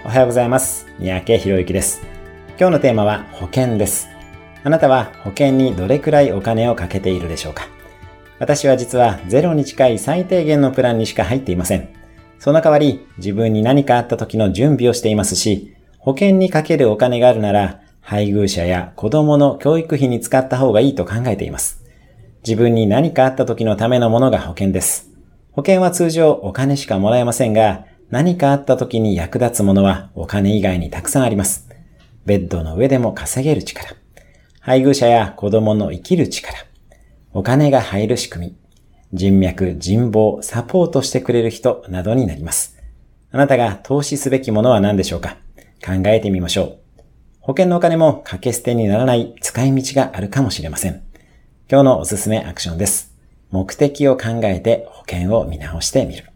おはようございます。三宅博之です。今日のテーマは保険です。あなたは保険にどれくらいお金をかけているでしょうか？私は実はゼロに近い最低限のプランにしか入っていません。その代わり自分に何かあった時の準備をしていますし、保険にかけるお金があるなら配偶者や子供の教育費に使った方がいいと考えています。自分に何かあった時のためのものが保険です。保険は通常お金しかもらえませんが、何かあった時に役立つものはお金以外にたくさんあります。ベッドの上でも稼げる力、配偶者や子供の生きる力、お金が入る仕組み、人脈、人望、サポートしてくれる人などになります。あなたが投資すべきものは何でしょうか？考えてみましょう。保険のお金も掛け捨てにならない使い道があるかもしれません。今日のおすすめアクションです。目的を考えて保険を見直してみる。